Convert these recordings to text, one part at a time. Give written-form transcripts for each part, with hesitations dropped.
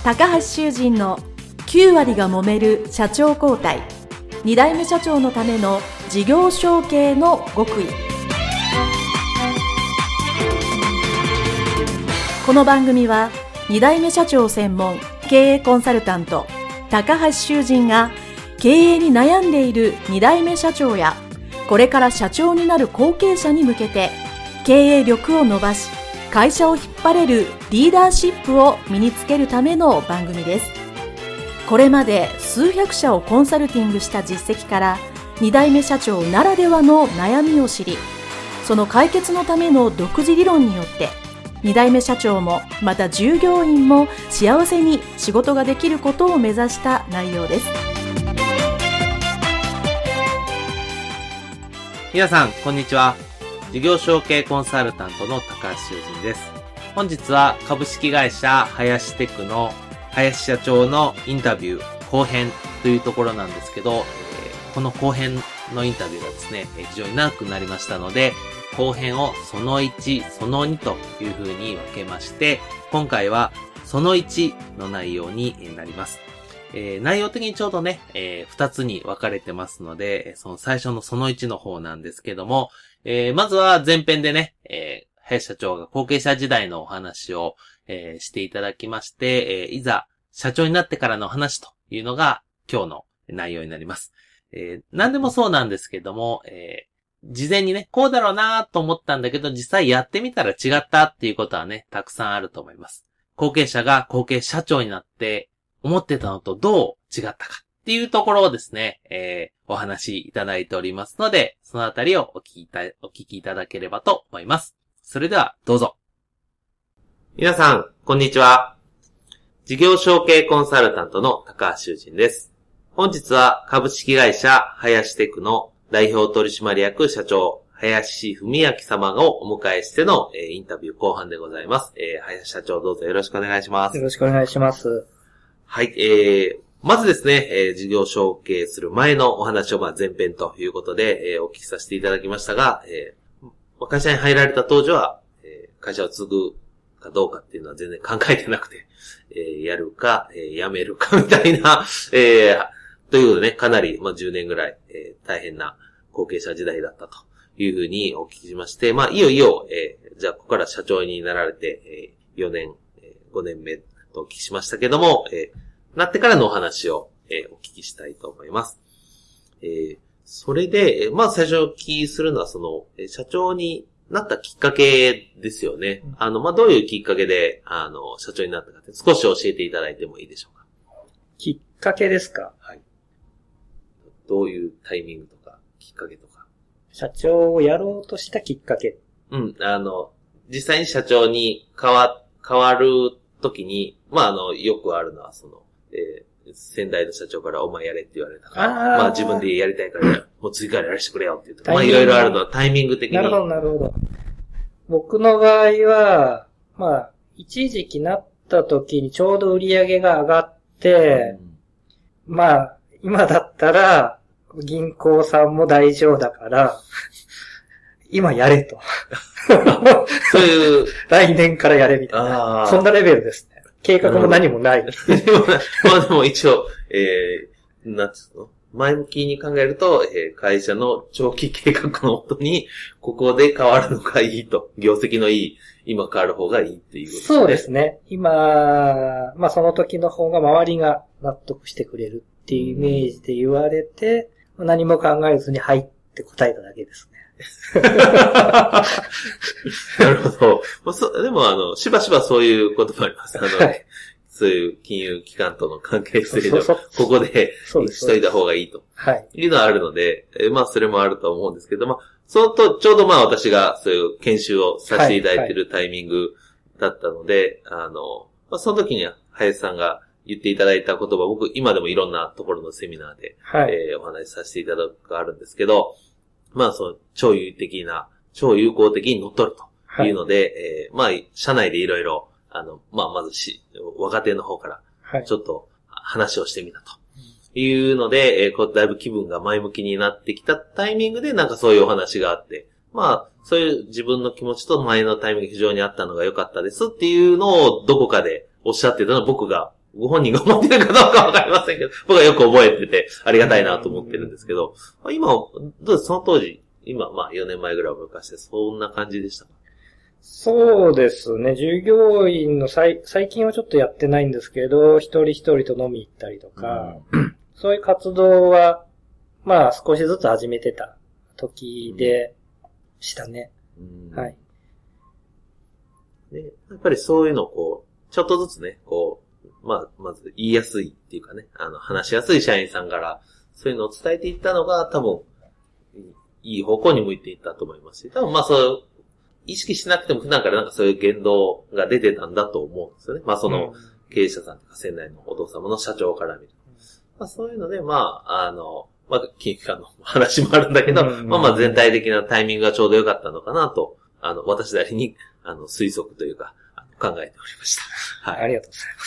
高橋修人の9割が揉める社長交代、2代目社長のための事業承継の極意。この番組は2代目社長専門経営コンサルタント高橋修人が経営に悩んでいる2代目社長やこれから社長になる後継者に向けて経営力を伸ばし会社を引っ張れるリーダーシップを身につけるための番組です。これまで数百社をコンサルティングした実績から2代目社長ならではの悩みを知り、その解決のための独自理論によって2代目社長もまた従業員も幸せに仕事ができることを目指した内容です。 皆さんこんにちは。事業承継コンサルタントの高橋修人です。本日は株式会社林テクの林社長のインタビュー後編というところなんですけど、この後編のインタビューがですね、非常に長くなりましたので、後編をその1、その2という風に分けまして、今回はその1の内容になります。内容的にちょうどね、2つに分かれてますので、その最初のその1の方なんですけども、まずは前編でね、林社長が後継者時代のお話を、していただきまして、いざ社長になってからの話というのが今日の内容になります。何でもそうなんですけども、事前にね、こうだろうなと思ったんだけど、実際やってみたら違ったっていうことはね、たくさんあると思います。後継者が後継社長になって思ってたのとどう違ったかっていうところをですね、お話しいただいておりますので、そのあたりをお聞きいただければと思います。それではどうぞ。皆さん、こんにちは。事業承継コンサルタントの高橋修人です。本日は株式会社林テクの代表取締役社長林文明様をお迎えしてのインタビュー後半でございます。林社長どうぞよろしくお願いします。 よろしくお願いします。 はい、まずですね、事業承継する前のお話を前編ということで、お聞きさせていただきましたが、会社に入られた当時は、会社を継ぐかどうかっていうのは全然考えてなくて、やるか、辞めるかみたいな、ということでね、かなり、10年ぐらい、大変な後継者時代だったというふうにお聞きしまして、いよいよ、じゃあここから社長になられて、4年、5年目とお聞きしましたけども、なってからのお話を、お聞きしたいと思います。それで、最初お聞きするのは社長になったきっかけですよね。どういうきっかけで、社長になったかって少し教えていただいてもいいでしょうか。 きっかけですか？ はい。どういうタイミングとか、きっかけとか。 社長をやろうとしたきっかけ。 実際に社長に変わるときに、よくあるのは先代の社長からお前やれって言われたから、自分でやりたいから、もう次からやらせてくれよって言って、いろいろあるのはタイミング的に。 なるほど、なるほど。僕の場合は、一時期なった時にちょうど売り上げが上がって、今だったら、銀行さんも大丈夫だから、今やれと。 そういう。 来年からやれみたいな。そんなレベルですね。計画も何もない。 でも一応、なんつうの？前向きに考えると、会社の長期計画のもとに、ここで変わるのがいいと。業績のいい、今変わる方がいいっていうことですね。 そうですね。今、その時の方が周りが納得してくれるっていうイメージで言われて、何も考えずに入って答えただけですね。 なるほど。でもしばしばそういうこともあります。はい、そういう金融機関との関係性で、ここでしといた方がいいと。いうのはあるので、それもあると思うんですけど、そのと、ちょうど私がそういう研修をさせていただいているタイミングだったので、その時には林さんが言っていただいた言葉、僕今でもいろんなところのセミナーで、お話しさせていただくがあるんですけど、超有効的に乗っ取るというので、社内でいろいろ、まず若手の方から、ちょっと話をしてみたというので、だいぶ気分が前向きになってきたタイミングで、そういうお話があって、そういう自分の気持ちと前のタイミングが非常にあったのが良かったですっていうのをどこかでおっしゃってたのを僕がご本人が思ってるかどうかわかりませんけど、僕はよく覚えててありがたいなと思ってるんですけど、今、どうですその当時、今、4年前ぐらいを昔して、そんな感じでしたか？ そうですね。従業員の最近はちょっとやってないんですけど、一人一人と飲み行ったりとか、そういう活動は、少しずつ始めてた時でしたね。はい。 で、やっぱりそういうのをちょっとずつね、まず言いやすいっていうかね、話しやすい社員さんから、そういうのを伝えていったのが多分、いい方向に向いていったと思いますし、多分そう、意識しなくても普段からそういう言動が出てたんだと思うんですよね。その経営者さんとか仙台のお父様の社長から見ると。そういうので、金融機関の話もあるんだけど、全体的なタイミングがちょうど良かったのかなと、私なりに、推測というか、考えておりました。はい。 ありがとうございます。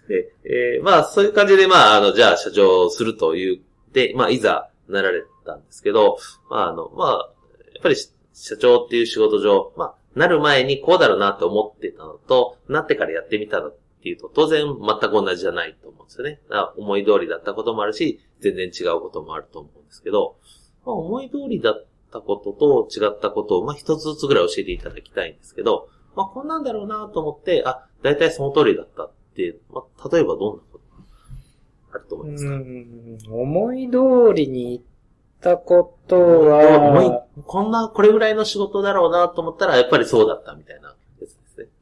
で、そういう感じで、じゃあ社長をするという、で、いざなられたんですけど、やっぱり社長っていう仕事上、なる前にこうだろうなって思ってたのと、なってからやってみたのっていうと、当然全く同じじゃないと思うんですよね。思い通りだったこともあるし、全然違うこともあると思うんですけど、思い通りだったことと違ったことを、一つずつぐらい教えていただきたいんですけど、こんなんだろうなと思って、だいたいその通りだったって、例えばどんなことあると思いますか？ 思い通りにいったことは、 これぐらいの仕事だろうなと思ったら、やっぱりそうだったみたいなやつですね。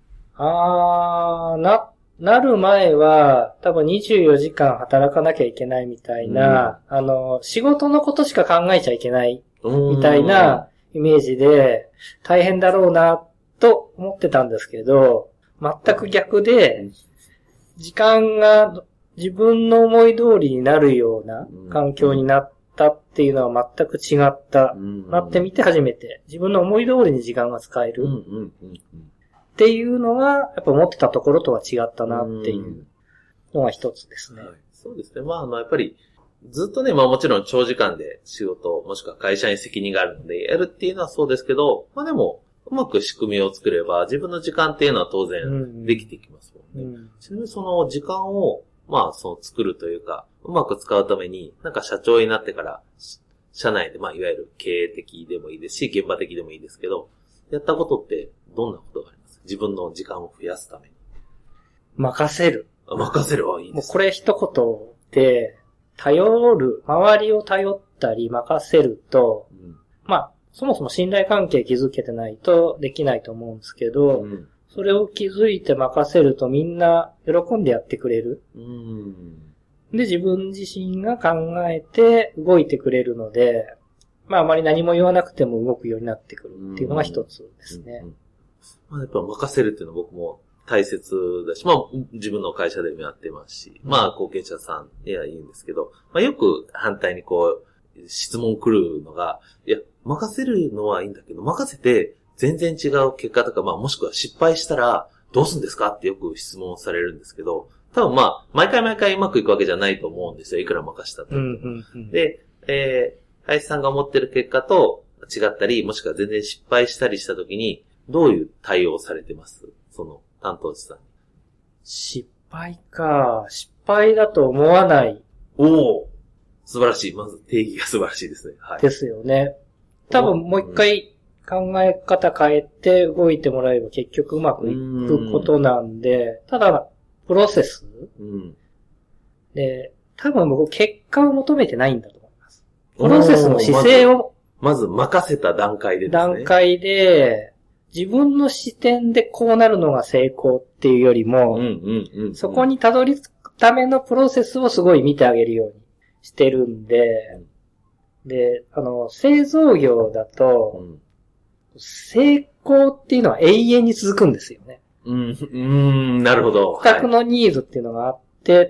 なる前は、多分24時間働かなきゃいけないみたいな、仕事のことしか考えちゃいけないみたいなイメージで、大変だろうなと思ってたんですけど、全く逆で、時間が自分の思い通りになるような環境になったっていうのは全く違った。なってみて初めて、自分の思い通りに時間が使える。っていうのが、やっぱ思ってたところとは違ったなっていうのが一つですね。 そうですね。やっぱり、ずっとね、もちろん長時間で仕事、もしくは会社に責任があるので、やるっていうのはそうですけど、でも、うまく仕組みを作れば、自分の時間っていうのは当然できてきますもんね。ちなみにその時間を、作るというか、うまく使うために、社長になってから、社内で、いわゆる経営的でもいいですし、現場的でもいいですけど、やったことってどんなことがありますか？自分の時間を増やすために。 任せる。 任せるはいいです。 もうこれ一言で、周りを頼ったり任せると、そもそも信頼関係築けてないとできないと思うんですけど、それを築いて任せるとみんな喜んでやってくれる。で、自分自身が考えて動いてくれるので、あまり何も言わなくても動くようになってくるっていうのが一つですね。 やっぱ任せるっていうのは僕も大切だし、自分の会社でもやってますし、後継者さんにはいいんですけど、よく反対に質問来るのが、いや、任せるのはいいんだけど、任せて全然違う結果とか、もしくは失敗したらどうするんですかってよく質問されるんですけど、多分毎回うまくいくわけじゃないと思うんですよ。いくら任したって。で、林さんが思ってる結果と違ったり、もしくは全然失敗したりしたときに、どういう対応をされてます？その担当者さんに。 失敗だと思わない。 おー。素晴らしい。まず定義が素晴らしいですね。はい。 ですよね。多分もう一回考え方変えて動いてもらえば結局うまくいくことなんで、ただ、プロセス、で、多分僕結果を求めてないんだと思います。プロセスの姿勢を、 まず任せた段階でですね。 段階で、自分の視点でこうなるのが成功っていうよりも、そこにたどり着くためのプロセスをすごい見てあげるようにしてるんで、で、製造業だと、成功っていうのは永遠に続くんですよね。 なるほど。 顧客のニーズっていうのがあって、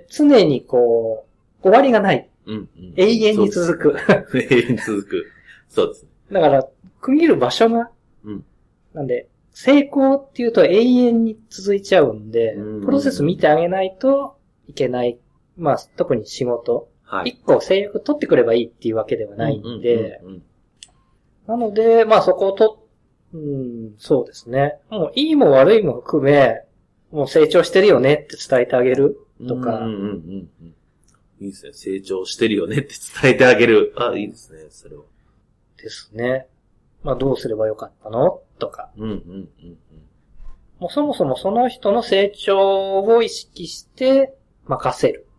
常に終わりがない。永遠に続く。 永遠に続く。そうですね。 だから、区切る場所が、なんで、成功っていうと永遠に続いちゃうんで、プロセス見てあげないといけない。特に仕事。一個制約取ってくればいいっていうわけではないんで、なので、そこをそうですね。もういいも悪いも含め、もう成長してるよねって伝えてあげる。 とか。 いいですね。成長してるよねって伝えてあげる。あ、いいですね、それは。 ですね。まあ、どうすればよかったのとか。もうそもそもその人の成長を意識して任せる。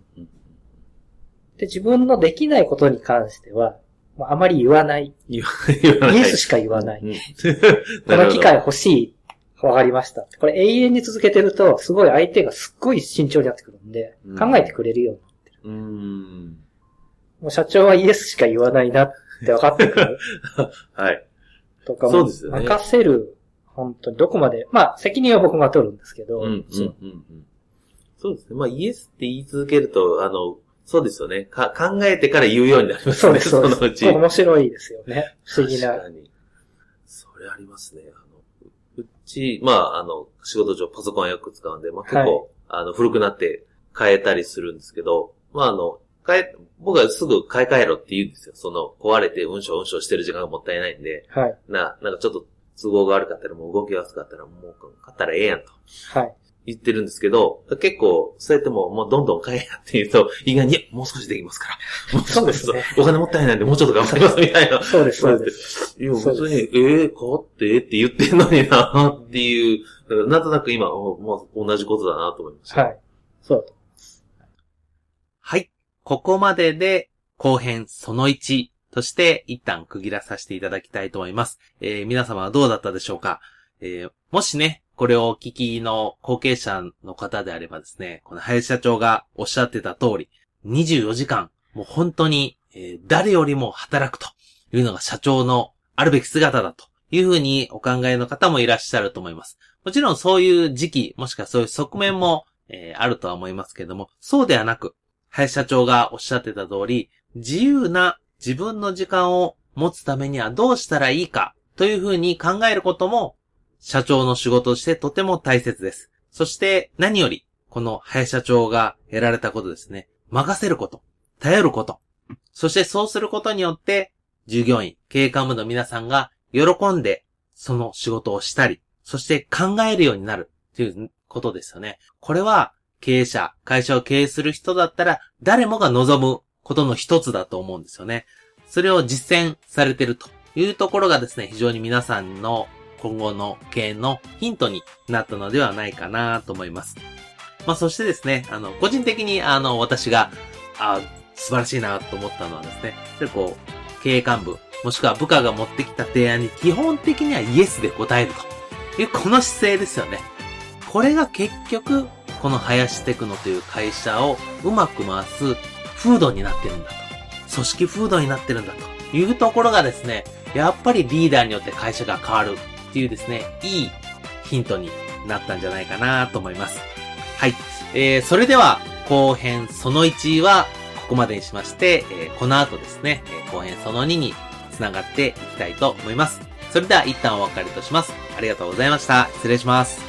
で、自分のできないことに関しては、あまり言わない。イエスしか言わない。この機会欲しい。わかりました。これ永遠に続けてると、すごい相手がすっごい慎重になってくるんで、考えてくれるようになってる。もう社長はイエスしか言わないなって分かってくる。 はい。 とかも、任せる、本当にどこまで、まあ責任は僕が取るんですけど。 そうですね。まあイエスって言い続けると、そうですよね。考えてから言うようになりますね。 そうです。そのうち。面白いですよね。不思議な。 確かに。それありますね。うち、まあ、仕事上パソコンはよく使うんで、まあ結構、古くなって変えたりするんですけど、まあ僕はすぐ買い替えろって言うんですよ。壊れてうんしょしてる時間がもったいないんで、 はい。 なんかちょっと都合が悪かったらもう動きやすかったらもう買ったらええやんと。 はい。 言ってるんですけど、結構、そうやってもうどんどん買えやって言うと、意外に、いや、もう少しできますから。 そうですね。 お金もったいないんで、もうちょっと頑張りますみたいな。 そうです、そうです。 いや、別に、買ってって言ってんのになっていう、なんとなく今、もう同じことだなと思いました。 はい。そうだと思います。 はい。ここまでで、後編その1として一旦区切らさせていただきたいと思います。皆様はどうだったでしょうか？もしね、これをお聞きの後継者の方であればですね、この林社長がおっしゃってた通り、24時間、もう本当に、誰よりも働くというのが社長のあるべき姿だというふうにお考えの方もいらっしゃると思います。もちろんそういう時期、もしくはそういう側面も、あるとは思いますけれども、そうではなく、林社長がおっしゃってた通り、自由な自分の時間を持つためにはどうしたらいいかというふうに考えることも、社長の仕事としてとても大切です。そして何より、この林社長がやられたことですね。任せること、頼ること。そしてそうすることによって、従業員、経営幹部の皆さんが喜んでその仕事をしたり、そして考えるようになるということですよね。これは経営者、会社を経営する人だったら誰もが望むことの一つだと思うんですよね。それを実践されているというところがですね、非常に皆さんの今後の経営のヒントになったのではないかなと思います。まあそしてですね、個人的に私が、素晴らしいなと思ったのはですね、経営幹部、もしくは部下が持ってきた提案に基本的にはイエスで答えるという、この姿勢ですよね。これが結局、この林テクノという会社をうまく回す風土になってるんだと。組織風土になってるんだというところがですね、やっぱりリーダーによって会社が変わるっていうですね、いいヒントになったんじゃないかなと思います。はい。それでは後編その1はここまでにしまして、この後ですね、後編その2につながっていきたいと思います。それでは一旦お別れとします。ありがとうございました。失礼します。